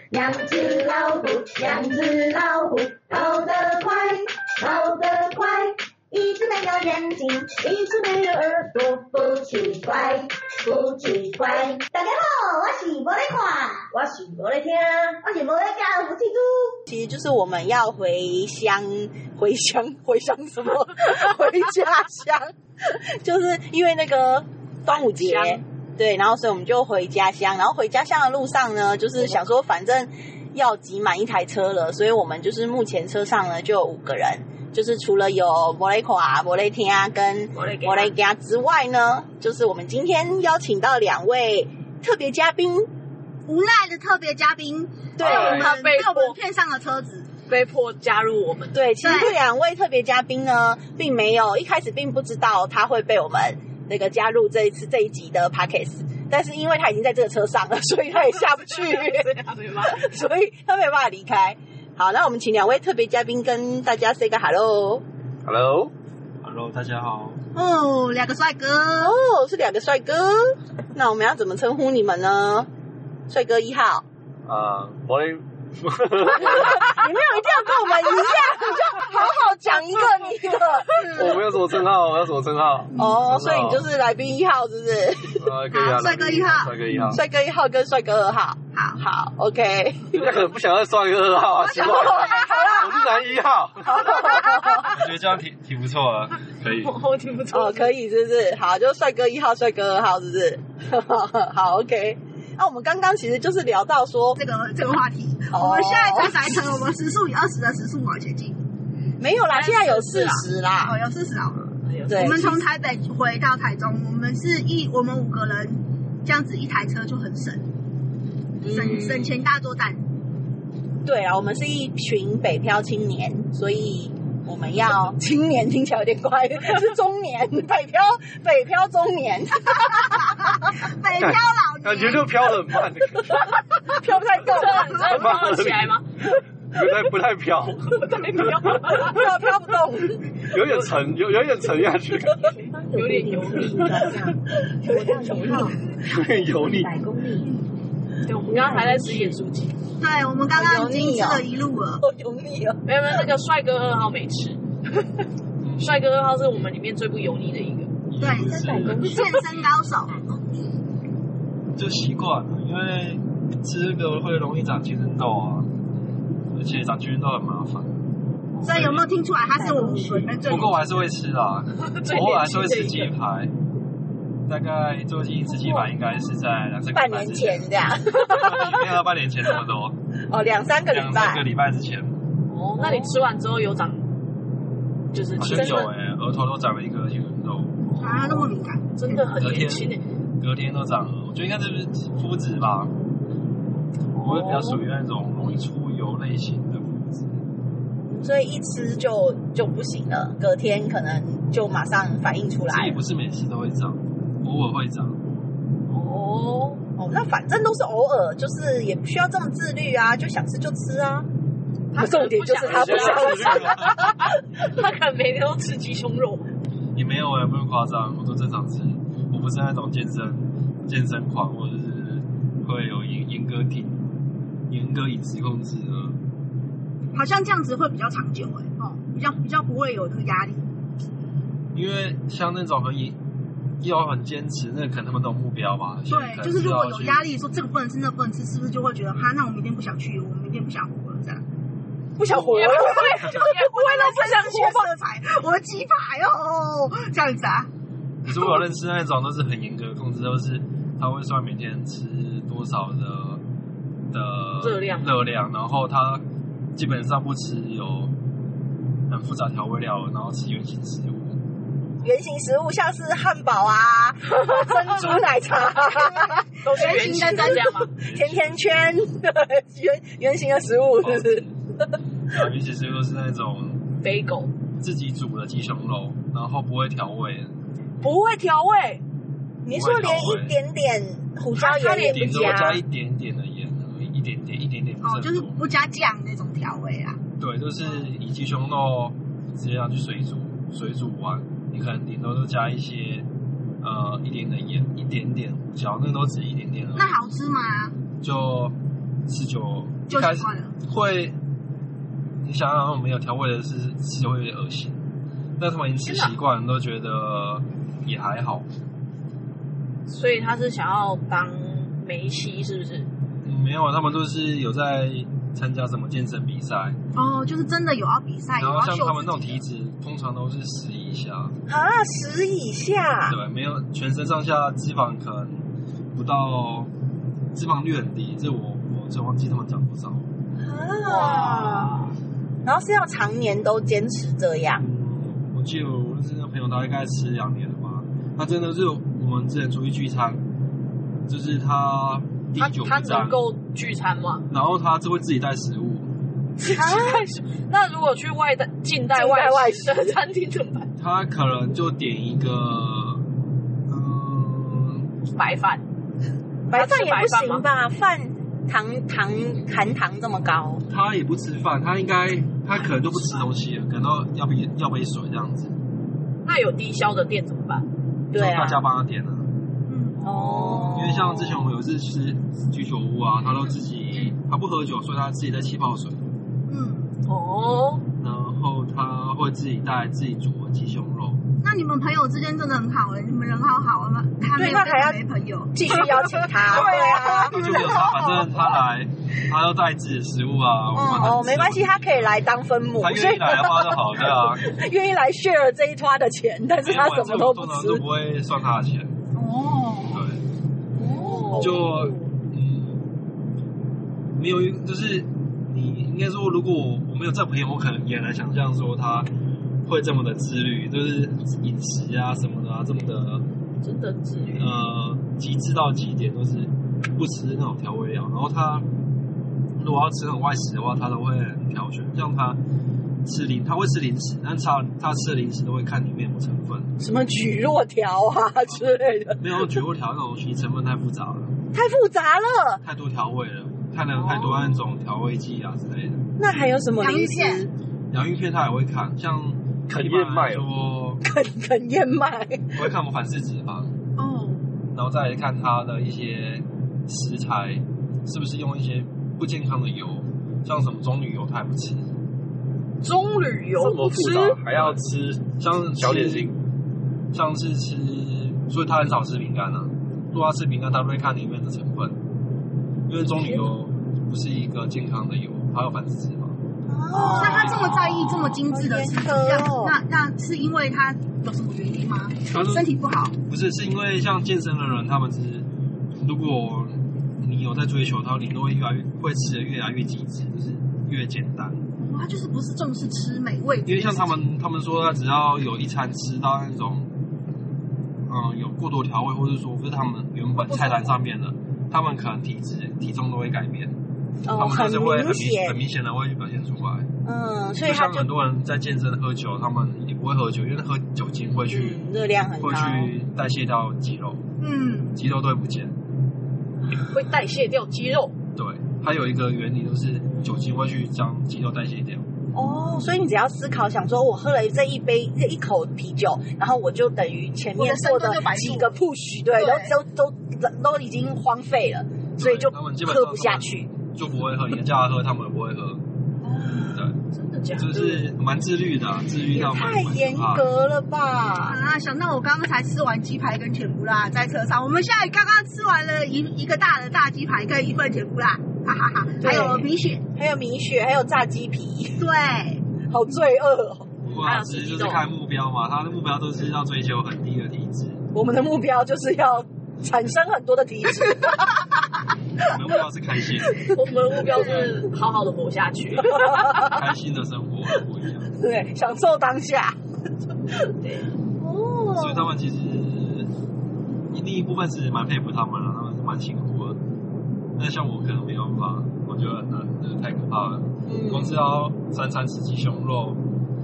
两只老虎，两只老虎，跑得快，跑得快。一只没有眼睛，一只没有耳朵，不奇怪，不奇怪。大家好，我是无咧看，我是无咧听，我是无咧教福气猪。 其实就是我们要回乡什么？回家乡，就是因为那个端午节，对，然后所以我们就回家乡，然后回家乡的路上呢，就是想说反正要挤满一台车了，所以我们就是目前车上呢就有5个人。就是除了有无咧看、无咧听跟无咧行之外呢，就是我们今天邀请到2位特别嘉宾， 无赖的特别嘉宾， 对， 他被我们骗上了车子， 被迫加入我们。 对，其实这2位特别嘉宾呢，并没有一开始并不知道他会被我们那个加入这一集的 podcast， 但是因为他已经在这个车上了，所以他也下不去，所以他没办法离开。好，那我们请2位特别嘉宾跟大家 say 个 hello。Hello， 大家好。 哦，2个帅哥。 哦，是2个帅哥。那我们要怎么称呼你们呢？帅哥1号。 我咧。 你没有一定要跟我们一样，你就好好讲一个你的。 我没有什么称号，我要什么称号？ 哦，所以你就是来宾1号，是不是？ 可以啊。 帅哥1号。 帅哥1号。 帅哥1号跟帅哥2号。好 ，OK。人家可能不想要帅哥2号啊，奇怪。好啦，我是男1号。我觉得这样挺不错的，可以。 我挺不错。 哦，可以，是不是？好，就帅哥1号、帅哥2号，是不是？好 ，OK。那我们刚刚其实就是聊到说这个话题，我们现在才从我们时速以20的时速往前进。 没有啦，现在有40啦。 哦，有40啦。 对， 我们从台北回到台中，我们5个人这样子一台车就很省钱大作战。 对啊，我们是一群北漂青年，所以我们要青年听起来有点怪，是中年，北漂中年， 北漂老年， 感觉就飘得很慢， 飘不太动， 飘得起来吗？ 不太飘， 飘不动， 有点沉，有点沉下去， 有点油腻， 有点油腻。 对，我们刚刚还在吃盐酥鸡。 对，我们刚刚已经吃了一路了， 油腻了。 没有，那个帅哥2号没吃。帅哥2号是我们里面最不油腻的一个。 对，健身高手。 就习惯了，因为吃这个会容易长青春痘啊，而且长青春痘很麻烦。 所以有没有听出来他是我们5个人最？ 不过我还是会吃啦，偶尔还是会吃鸡排。大概最近吃鸡排应该是在2-3个礼拜之前， 半年前这样， 没有到半年前那么多。 哦，2-3个礼拜。 2-3个礼拜之前。 哦，那你吃完之后有长，就是好像有额头都长了一个青春痘。 啊，那么敏感， 真的很年轻隔天都长了，我觉得应该是肤质吧。我会比较属于那种容易出油类型的肤质。 所以一吃就不行了，隔天可能就马上反应出来。 这也不是每次都会长，偶尔会长。 哦，那反正都是偶尔，就是也不需要这么自律啊，就想吃就吃啊。重点就是他不想吃， 他可能每天都吃鸡胸肉。 也没有不用夸张，我都正常吃。我不是那种健身狂，或者是会有严格饮食控制的。 好像这样子会比较长久比较不会有这个压力。 因为像那种要很坚持，那可能他们都有目标吧。 对，就是如果有压力，说这个不能吃，那不能吃，是不是就会觉得那我明天不想去，我明天不想活了这样。 不想活了， 也不会了，不想活色彩，我的鸡排这样子啊。 可是我有认识那种都是很严格的控制，都是他会算每天吃多少的热量，然后他基本上不吃有很复杂调味料，然后吃原型食物。 原型食物像是汉堡啊、珍珠奶茶， 都是原型的这样吗？ 甜甜圈，对，原型的食物是不是？ 原型食物是那种肥狗自己煮的鸡胸肉，然后不会调味。 不会调味？你说连一点点胡椒盐也不加？ 加一点点的盐而已，一点点。 就是不加酱那种调味啊。 对，就是以鸡胸肉直接上去水煮完，你可能顶多都加一些一点点盐，一点点胡椒，那个都只一点点而已。 那好吃吗？ 就吃久就一开始习惯了。 会，你想想没有调味的吃会有点恶心，但他们已经吃习惯了，都觉得也还好。 所以他是想要当梅西是不是？ 没有，他们都是有在参加什么健身比赛。 哦，就是真的有要比赛， 然后像他们那种体体脂，通常都是10以下。 啊，10以下。 对，没有全身上下脂肪可能不到，脂肪率很低，这我就忘记他们讲多少。 啊，然后是要常年都坚持这样。 我记得我认识那个朋友，他大概吃2年了吧。他真的是我们之前出去聚餐，就是他第9 他站， 能够聚餐吗？ 然后他就会自己带食物。 那如果去近代外食的餐厅怎么办？ 他可能就点一个， 白饭也不行吧？饭含糖这么高， 他也不吃饭，他可能就不吃东西了，可能要杯水这样子。 那有低消的店怎么办？ 对啊， 大家帮他点啊。 哦， 因为像之前我们有一次吃居酒屋啊，他不喝酒，所以他自己在气泡水。然后他会自己带自己煮的鸡胸肉。 那你们朋友之间真的很好你们人好好啊，他没有没朋友， 继续邀请他。对啊， 就没有他，反正他来，他要带自己的食物啊。 没关系，他可以来当分母。 他愿意来的话就好，对啊。 愿意来 share 这一拖的钱，但是他什么都不吃， 都不会算他的钱。对。就没有，就是你应该说，如果我没有这朋友，我可能也难想象说他会这么的自律，就是饮食啊什么的啊，这么的真的自律。 极致到极点，都是不吃那种调味料。然后他如果要吃那种外食的话，他都会很挑选。像他会吃零食，但他吃的零食都会看里面有成分， 什么蒟蒻条啊之类的。 没有蒟蒻条那种东西，成分太复杂了， 太多调味了，太多那种调味剂啊之类的。 那还有什么零食？ 洋芋片他也会看，像啃燕麦说啃燕麦， 我会看我反式脂肪然后再来看它的一些食材是不是用一些不健康的油，像什么棕榈油他也不吃。 棕榈油这么复杂还要吃， 像小点心， 像是吃，所以他很少吃饼干啊。如果他吃饼干，他都会看里面的成分，因为棕榈油不是一个健康的油，它有反式脂肪。 那他这么在意这么精致的吃，那是因为他有什么原因吗？身体不好？ 不是，是因为像健身的人，他们是如果你有在追求，他你都会会吃的越来越极致，就是越简单。 他就是不是重视吃美味， 因为像他们说，他只要有一餐吃到那种，有过多调味，或者说不是他们原本菜单上面的，他们可能体重都会改变，他们就是会很明显的会表现出来。 所以就像很多人在健身喝酒，他们也不会喝酒，因为喝酒精会去热量很高， 会去代谢掉肌肉，肌肉都会不见， 会代谢掉肌肉。 对，它有一个原理就是酒精会去将肌肉代谢掉。 所以你只要思考，想说我喝了这一口啤酒，然后我就等于前面做的几个 push， 对，都已经荒废了，所以就喝不下去， 就不会喝。你叫他喝，他们也不会喝。对， 真的假的？ 就是蛮自律的，自律到太严格了吧？ 想到我刚刚才吃完鸡排跟甜不辣，在车上，我们现在刚刚吃完了一个大的大鸡排跟一份甜不辣，哈哈哈，还有米血， 还有炸鸡皮， 对， 好罪恶哦。 不过其实就是看目标嘛，他的目标都是要追求很低的体脂。 我们的目标就是要产生很多的体脂。 我们的目标是开心， 我们的目标是好好的活下去， 开心的生活不一样。 对，享受当下。 对， 所以他们其实另一部分是蛮佩服他们了，他们是蛮辛苦的。但像我可能没有办法，我觉得很难，太可怕了。光是要3餐吃鸡胸肉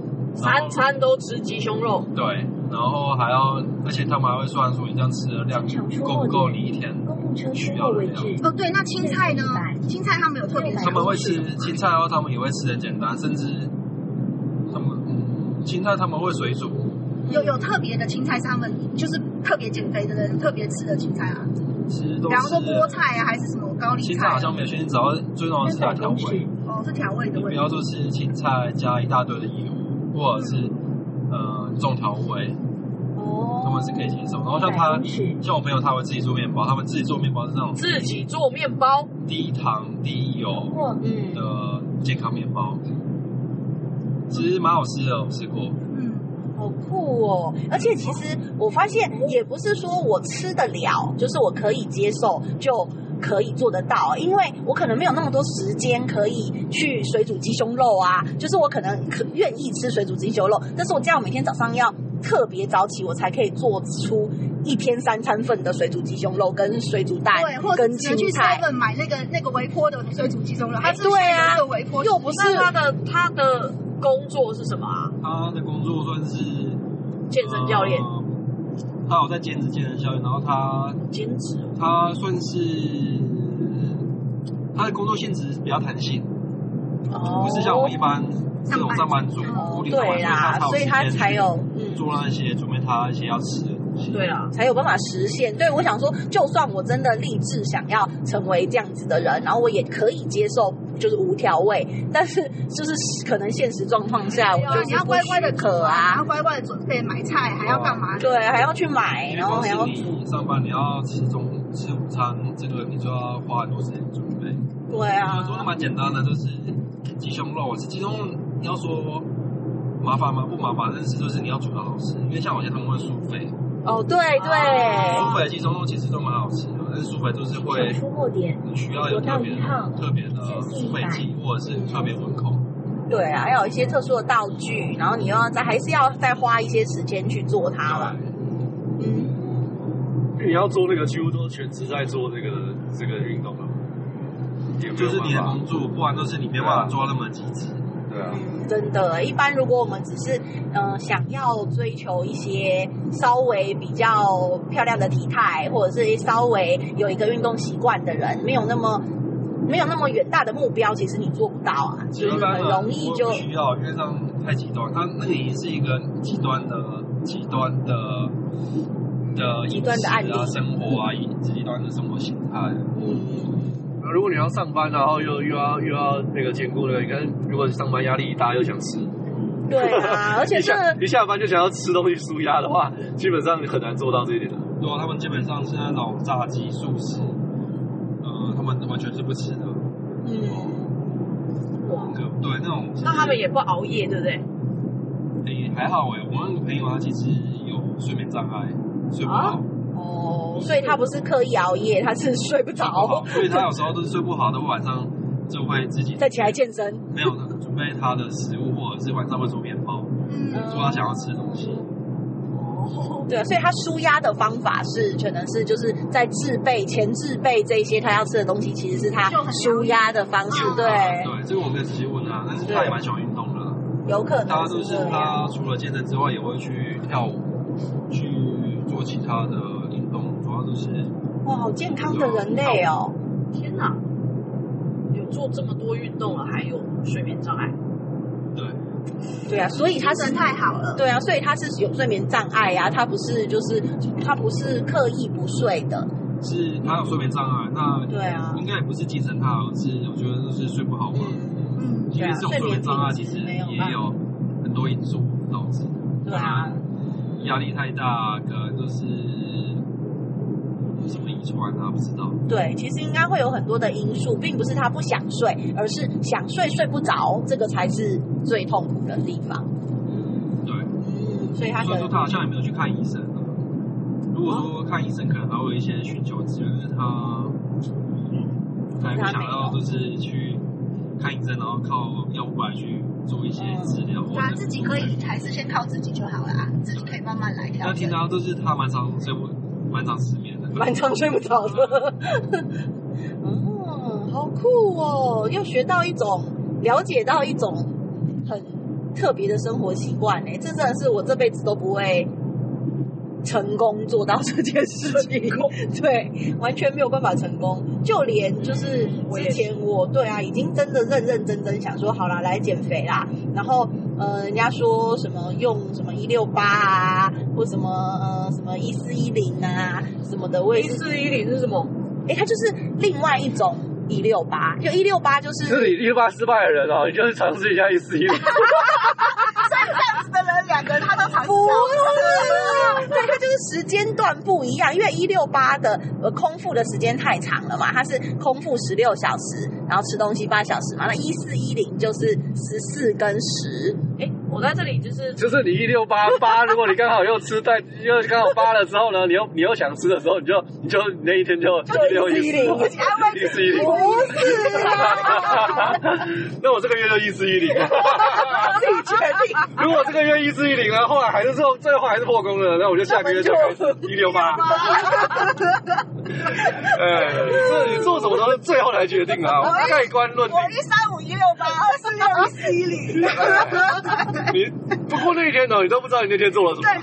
，3餐都吃鸡胸肉， 对，然后还要，而且他们还会算说你这样吃的量够不够你一天需要的量。 对，那青菜呢？青菜他们有特别， 他们会吃青菜的话，他们也会吃很简单，甚至他们青菜他们会水煮。 有特别的青菜是他们就是特别减肥的人特别吃的青菜啊？ 其实都是， 比方说菠菜啊，还是什么高丽菜？ 青菜好像没有选，只要最重要的是它调味。 哦，是调味的问题。 不要就是青菜加一大堆的油，或者是重调味。他们是可以接受，然后像我朋友，他会自己做面包，他们自己做面包是那种自己做面包， 低糖低油的健康面包，其实蛮好吃的，我吃过。 好酷哦！而且其实我发现，也不是说我吃得了，就是我可以接受就可以做得到，因为我可能没有那么多时间可以去水煮鸡胸肉啊，就是我可能愿意吃水煮鸡胸肉，但是我这样每天早上要特别早起，我才可以做出一天3餐份的水煮鸡胸肉跟水煮蛋， 对，或者跟青菜。 去 7-Eleven 买那个微波的水煮鸡胸肉，它是对啊， 那个微波， 又不是他的工作是什么啊？ 他的工作算是健身教练。 他有在兼职健身教练，然后他算是他的工作性质比较弹性，不是像我们一般这种上班族固定上班， 对啦，所以他才有做那些准备他一些要吃的东西， 对啦， 才有办法实现。对，我想说，就算我真的立志想要成为这样子的人，然后我也可以接受就是无调味，但是就是可能现实状况下，我就是你要乖乖的可啊， 你要乖乖的准备买菜，还要干嘛？ 对，还要去买，然后还要你上班你要吃午餐，这个你就要花很多时间准备。 对啊， 说的蛮简单的，就是鸡胸肉，鸡胸肉你要说麻烦吗？不麻烦，但是就是你要煮的好吃，因为像有些他们会酥肥。 哦，对对， 酥肥的鸡胸肉其实都蛮好吃的，但是酥肥就是会你需要有特别的酥肥剂或者是特别温控。 对啊，要有一些特殊的道具，然后你又要还是要再花一些时间去做它了。 你要做那个几乎都是全职在做这个运动了， 就是你的工作，不然都是你没办法做到那么极致。 对啊， 真的，一般如果我们只是想要追求一些稍微比较漂亮的体态，或者是稍微有一个运动习惯的人，没有那么远大的目标，其实你做不到啊，就是很容易就不需要，因为这样太极端，它那个已经是一个极端的案例生活啊，极端的生活形态。 如果你要上班，然后又要那个兼顾的，你看，如果上班压力大又想吃， 对啊，而且一下班就想要吃东西舒压的话，基本上很难做到这一点的。 对啊，他们基本上是那种炸鸡素食，他们完全是不吃的。对，那种。 那他们也不熬夜，对不对？ 还好我那个朋友他其实有睡眠障碍，睡不好。 所以他不是刻意熬夜，他是睡不着， 所以他有时候都是睡不好的，晚上就会自己再起来健身， 没有准备他的食物，或者是晚上会做面包，做他想要吃的东西。 对，所以他抒压的方法是可能是就是在前置备这些他要吃的东西，其实是他抒压的方式。对， 这个我没有直接问他，但是他也蛮喜欢运动的。 有可能他就是他除了健身之外，也会去跳舞，去做其他的运动。就是哇，好健康的人类哦！ 天哪，有做这么多运动了，还有睡眠障碍。 对啊，所以他是太好了。 对啊，所以他是有睡眠障碍啊，他不是刻意不睡的， 是他有睡眠障碍。那对啊， 应该也不是精神差，而是我觉得就是睡不好嘛。因为这种睡眠障碍其实也有很多因素导致。 对啊， 压力太大，可能就是什么遗传啊，不知道。 对，其实应该会有很多的因素，并不是他不想睡，而是想睡睡不着，这个才是最痛苦的地方。 对。 所以他好像也没有去看医生啊。如果说看医生，可能还会有一些寻求资源，就是他还不想要，就是去看医生，然后靠药物来去做一些治疗。 对啊，自己可以还是先靠自己就好了啊，自己可以慢慢来调整。 那听到都是他蛮常失眠的， 蛮常睡不着的。好酷哦！又学到了解到一种很特别的生活习惯这真的是我这辈子都不会成功做到这件事情，对，完全没有办法成功。就连就是之前对啊，已经真的认认真真想说好啦，来减肥啦，然后人家说什么用什么168啊，或什么什么1410啊什么的，我也是 1410是什么？ 它就是另外一种168，就168就是你168失败的人哦，你就是尝试一下1410。 这样子的人2个人他都尝试不是，对，它就是时间段不一样，因为168的空腹的时间太长了嘛，它是空腹16小时，然后吃东西8小时嘛，那1410就是14跟10。 我在这里就是你168，如果你刚好又刚好8了之后呢，你又想吃的时候，你就那一天就 1410， 不是啊，那我这个月就1410， 自己决定。 如果这个月1410呢，后来最后还是破功了，那我就下个月就开始168。这你做什么都是最后来决定啊，盖棺论定。 我135、168、246、1410。 你不过那一天呢，你都不知道你那天做了什么。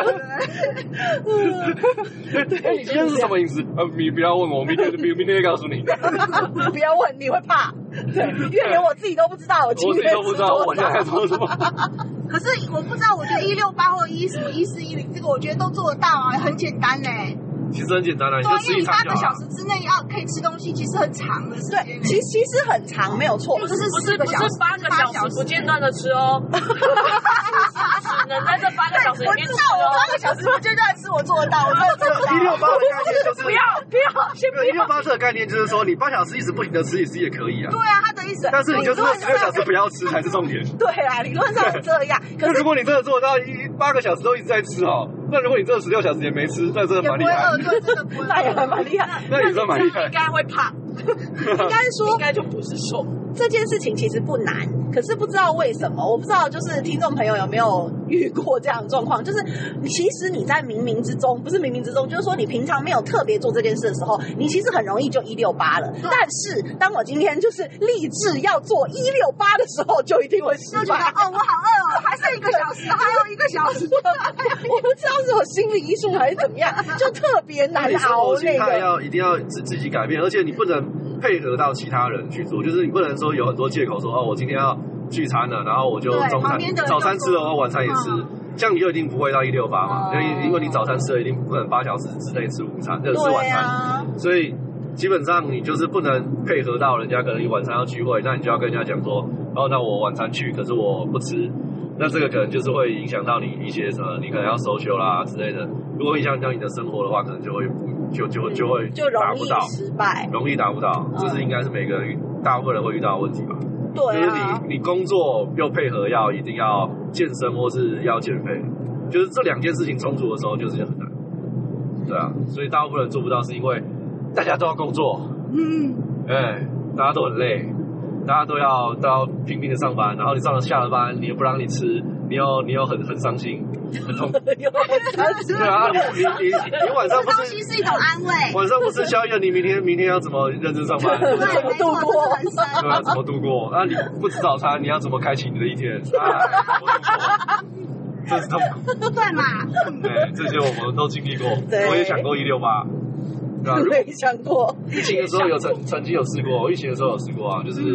你今天是什么饮食？你不要问我，明天会告诉你。 不要问，你会怕。对，因为连我自己都不知道我今天自己都不知道我现在在做什么。 可是我不知道，我觉得168或1410这个，我觉得都做得到啊，很简单嘞。 其实很简单的，你就吃一餐就好。因为你8个小时之内可以吃东西，其实很长的时间。 对，其实很长，没有错。 不是 8个小时不间断的吃哦。只能在这8个小时里面吃哦。 我8个小时不间断吃，我做得到，我真的做得到。 168的概念就是不要，先不要。 168这个概念就是说，你8小时一直不停的吃也可以啊。 对啊，他的意思。 但是你就是16小时不要吃才是重点。 对啊，理论上是这样。 那如果你真的做得到8个小时都一直在吃哦，那如果你这16小时也没吃，那真的蛮厉害。 对，真的不会。 那也还蛮厉害。 那也算蛮厉害。 应该会胖。 应该说， 应该就不是瘦。 这件事情其实不难，可是不知道为什么，我不知道就是听众朋友有没有遇过这样的状况，就是其实你在冥冥之中，不是冥冥之中，就是说你平常没有特别做这件事的时候，你其实很容易就168了。但是当我今天就是立志要做168的时候，就一定会失败。 就觉得我好饿哦，还剩1个小时，还有1个小时。 我不知道是我心理因素还是怎么样，就特别难熬。 心态一定要自己改变，而且你不能配合到其他人去做，就是你不能说有很多借口说我今天要聚餐了，然后我就早餐吃了，我晚餐也吃，这样你就一定不会到168嘛，因为你早餐吃了一定不可能8小时之内吃晚餐，所以基本上你就是不能配合到人家可能你晚餐要聚会，那你就要跟人家讲说，那我晚餐去，可是我不吃，那这个可能就是会影响到你一些什么，你可能要social啦之类的，如果影响到你的生活的话，可能就会达不到， 失败， 容易达不到，这是应该是大部分人会遇到的问题吧。 对啊， 就是你工作又配合一定要健身或是要减肥，就是这2件事情冲突的时候就是很难。对啊，所以大部分人做不到，是因为大家都要工作，大家都很累，大家都要拼命的上班，然后你下了班，你又不让你吃，你又很伤心，很痛苦。对啊，你晚上不吃东西是一种安慰， 晚上不吃宵夜，你明天要怎么认真上班？ 怎么度过？ 对啊，怎么度过？你不吃早餐，你要怎么开启你的一天？怎么度过？这是痛苦。 对嘛？ 对，这些我们都经历过，我也想过168。 我也想过。 疫情的时候曾经有试过，疫情的时候有试过啊，就是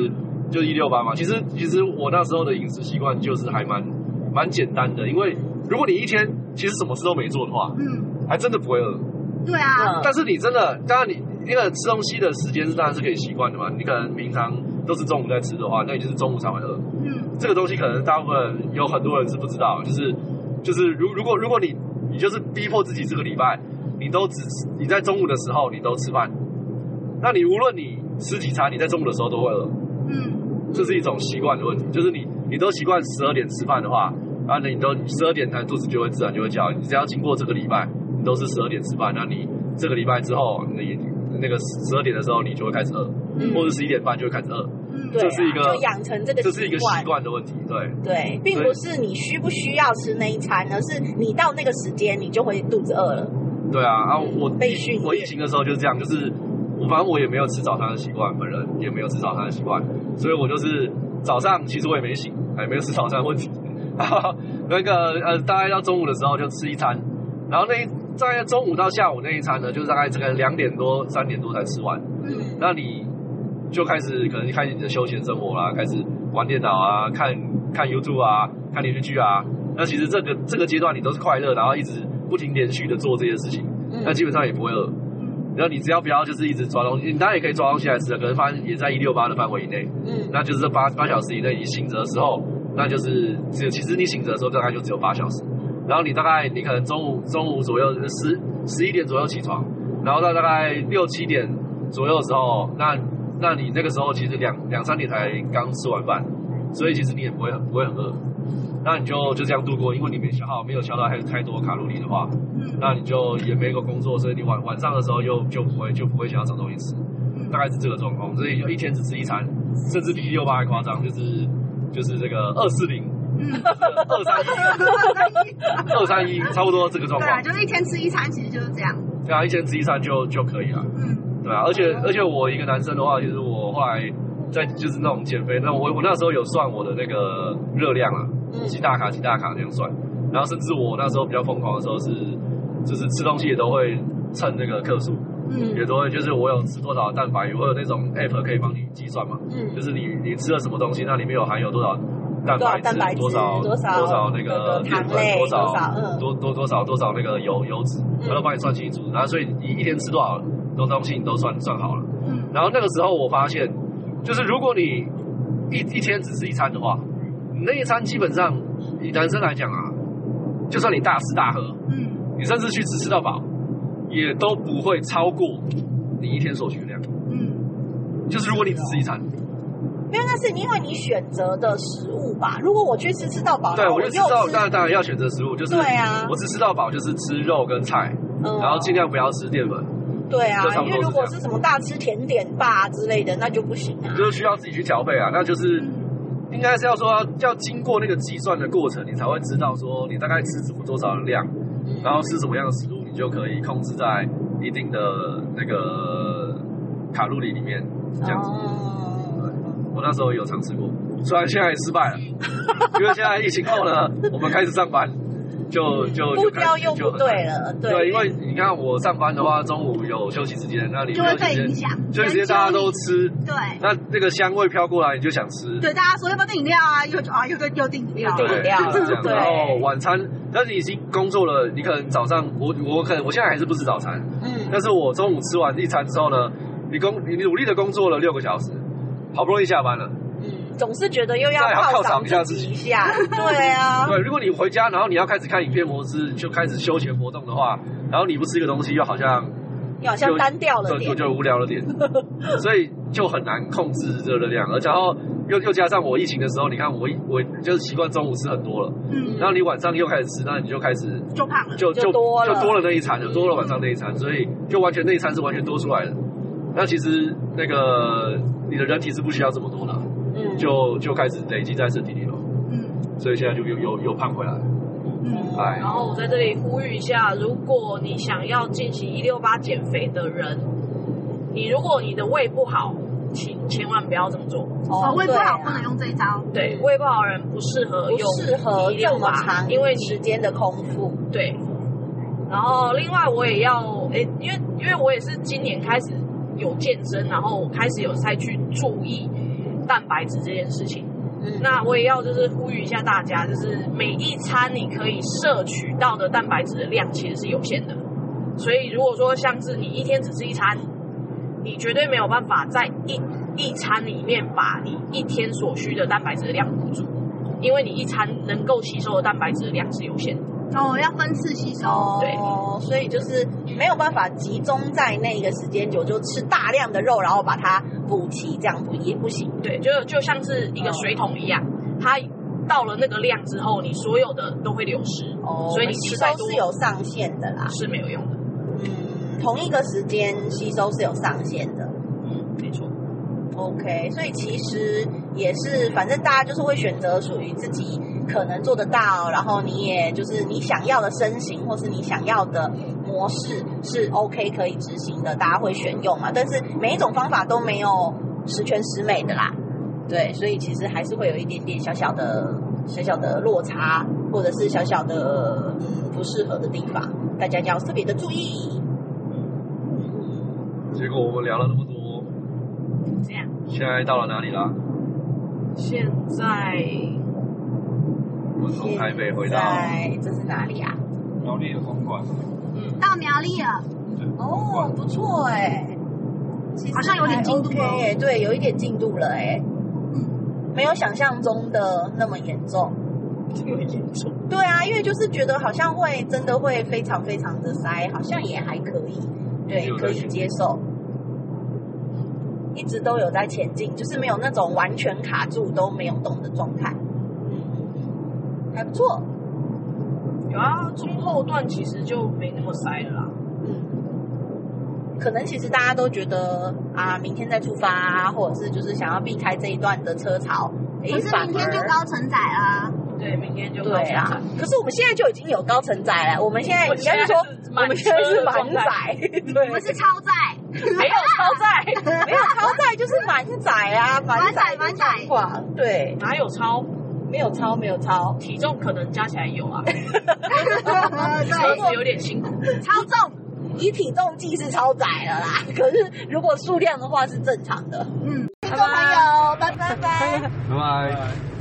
168嘛。其实我那时候的饮食习惯就是还蛮简单的，因为如果你一天其实什么事都没做的话，还真的不会饿。 对啊。 但是你真的，当然你那个吃东西的时间当然是可以习惯的嘛。你可能平常都是中午在吃的话，那你就是中午才会饿。这个东西可能大部分有很多人是不知道，就是如果你就是逼迫自己这个礼拜。你在中午的时候你都吃饭，那你无论你吃几餐，你在中午的时候都会饿。这是一种习惯的问题，就是你都习惯12点吃饭的话，然后你都12点才肚子就会自然就会叫，你只要经过这个礼拜，你都是12点吃饭，那你这个礼拜之后，你那个12点的时候你就会开始饿，或者11点半就会开始饿。这是一个就养成这个习惯的问题， 对，并不是你需不需要吃那一餐，而是你到那个时间你就会肚子饿了。 对啊，我疫情的时候就是这样，就是反正我也没有吃早餐的习惯，本人也没有吃早餐的习惯，所以我就是早上其实我也没醒，还没有吃早餐的问题。那个大概到中午的时候就吃一餐，然后在中午到下午那一餐呢，就是大概这个2点多、3点多才吃完。那你就可能开始你的休闲生活啦，开始玩电脑啊，看 YouTube 啊，看连续剧啊。那其实这个阶段你都是快乐，然后一直不停连续的做这些事情，那基本上也不会饿。然后你只要不要就是一直抓东西，你当然也可以抓东西来吃的，可能发现也在168的范围以内。那就是这8小时以内，你醒着的时候，那就是其实你醒着的时候大概就只有8小时。然后你可能中午左右11点左右起床，然后到大概6、7点左右的时候，那你那个时候其实2、3点才刚吃完饭，所以其实你也不会很饿。那你就这样度过，因为你没有消到太多卡路里的话，那你就也没个工作，所以你晚上的时候就不会想要找东西吃，大概是这个状况。所以一天只吃一餐，甚至比168还夸张，就是这个240。231，差不多这个状况。 对啊，就是一天吃一餐，其实就是这样。 对啊，一天吃一餐就可以了。对啊，而且我一个男生的话，其实我后来在就是那种减肥，那我那时候有算我的那个热量啊，几大卡这样算。然后甚至我那时候比较疯狂的时候就是吃东西也都会称那个克数。也都会，就是我有吃多少蛋白，我有那种 app 可以帮你计算嘛。就是你吃了什么东西，那里面有含有多少蛋白质，多少那个淀粉，多少那个油脂，它都帮你算清楚。然后所以你一天吃多少东西，你都算好了。然后那个时候我发现，就是如果你一天只吃一餐的话，你那一餐基本上以男生来讲啊，就算你大吃大喝，你甚至去吃到饱，也都不会超过你一天所需的量。就是如果你只吃一餐。 没有，那是因为你选择的食物吧。如果我去吃到饱， 对，我就吃到，当然要选择食物，就是对啊， 我只吃到饱就是吃肉跟菜，然后尽量不要吃淀粉。 对啊，因为如果是什么大吃甜点吧之类的，那就不行啊。 就是需要自己去调配啊，那就是应该是要说要经过那个计算的过程，你才会知道说你大概吃多少的量，然后吃什么样的食物，你就可以控制在一定的那个卡路里里面，这样子。我那时候有尝试过，虽然现在也失败了，因为现在疫情后呢，我们开始上班，就目标又不对了， 对，因为你看我上班的话，中午有休息时间，那你就会被影响， 休息时间大家都吃， 对， 那个香味飘过来，你就想吃， 对，大家说要不要订饮料啊？又订饮料， 对，就是这样。然后晚餐，但是你已经工作了，你可能早上我现在还是不吃早餐，但是我中午吃完一餐之后呢，你努力的工作了6个小时。好不容易下班了， 总是觉得又要犒赏自己一下，对啊， 对。如果你回家，然后你要开始看影片模式，就开始休闲活动的话，然后你不吃一个东西，又好像单调了点， 就无聊了点，所以就很难控制这个热量。然后又加上我疫情的时候，你看我就是习惯中午吃很多了，然后你晚上又开始吃，那你就开始就胖了， 就多了那一餐了，多了晚上那一餐，所以就完全那一餐是完全多出来的。那其实那个你的人体是不需要这么多的，就开始累积在身体里了，所以现在就又胖回来了。 然后我在这里呼吁一下，如果你想要进行168减肥的人，如果你的胃不好，请千万不要这么做。 胃不好不能用这一招。 对，胃不好的人不适合这么长因为时间的空腹。 对。然后另外我也要，因为我也是今年开始有健身，然后我开始有再去注意蛋白质这件事情。那我也要就是呼吁一下大家，就是每一餐你可以摄取到的蛋白质的量其实是有限的，所以如果说像是你一天只吃一餐，你绝对没有办法在一餐里面把你一天所需的蛋白质的量补足，因为你一餐能够吸收的蛋白质的量是有限的。 要分次吸收。 对， 所以就是没有办法集中在那个时间就吃大量的肉，然后把它补齐，这样也不行。 对，就像是一个水桶一样，它到了那个量之后，你所有的都会流失。所以你吃再多是有上限的啦， 是没有用的。 同一个时间吸收是有上限的。 没错。 OK， 所以其实也是，反正大家就是会选择属于自己可能做得到，然后你也就是你想要的身形或是你想要的模式是 OK 可以执行的，大家会选用嘛。但是每一种方法都没有十全十美的啦，对，所以其实还是会有一点点小小的落差，或者是小小的不适合的地方。 大家要特别的注意。 结果我们聊了那么多， 这样， 现在到了哪里啦？ 现在我们从台北回到， 这是哪里啊？ 苗栗的公馆。 到苗栗了。 哦，不错哎， 好像有点进度哦。 OK， 对，有一点进度了哎。没有想象中的那么严重。 这么严重？ 对啊，因为就是觉得好像会真的会非常非常的塞，好像也还可以，对，可以接受。一直都有在前进，就是没有那种完全卡住都没有动的状态。还不错。 有啊，中后段其实就没那么塞了啦。 可能其实大家都觉得啊，明天再出发，或者是就是想要避开这一段的车潮。 可是明天就高承载啦。 对，明天就高承载。 对啊，可是我们现在就已经有高承载了，我们现在应该是说，我们现在是满载，对， 我们是超载， 没有超载， 没有超载就是满载啊，满载状况，对， 哪有超？ 没有超，没有超， 体重可能加起来有啊， 车子有点辛苦， 超重。 以体重计是超载了啦，可是如果数量的话是正常的。听众朋友，拜拜。 拜拜。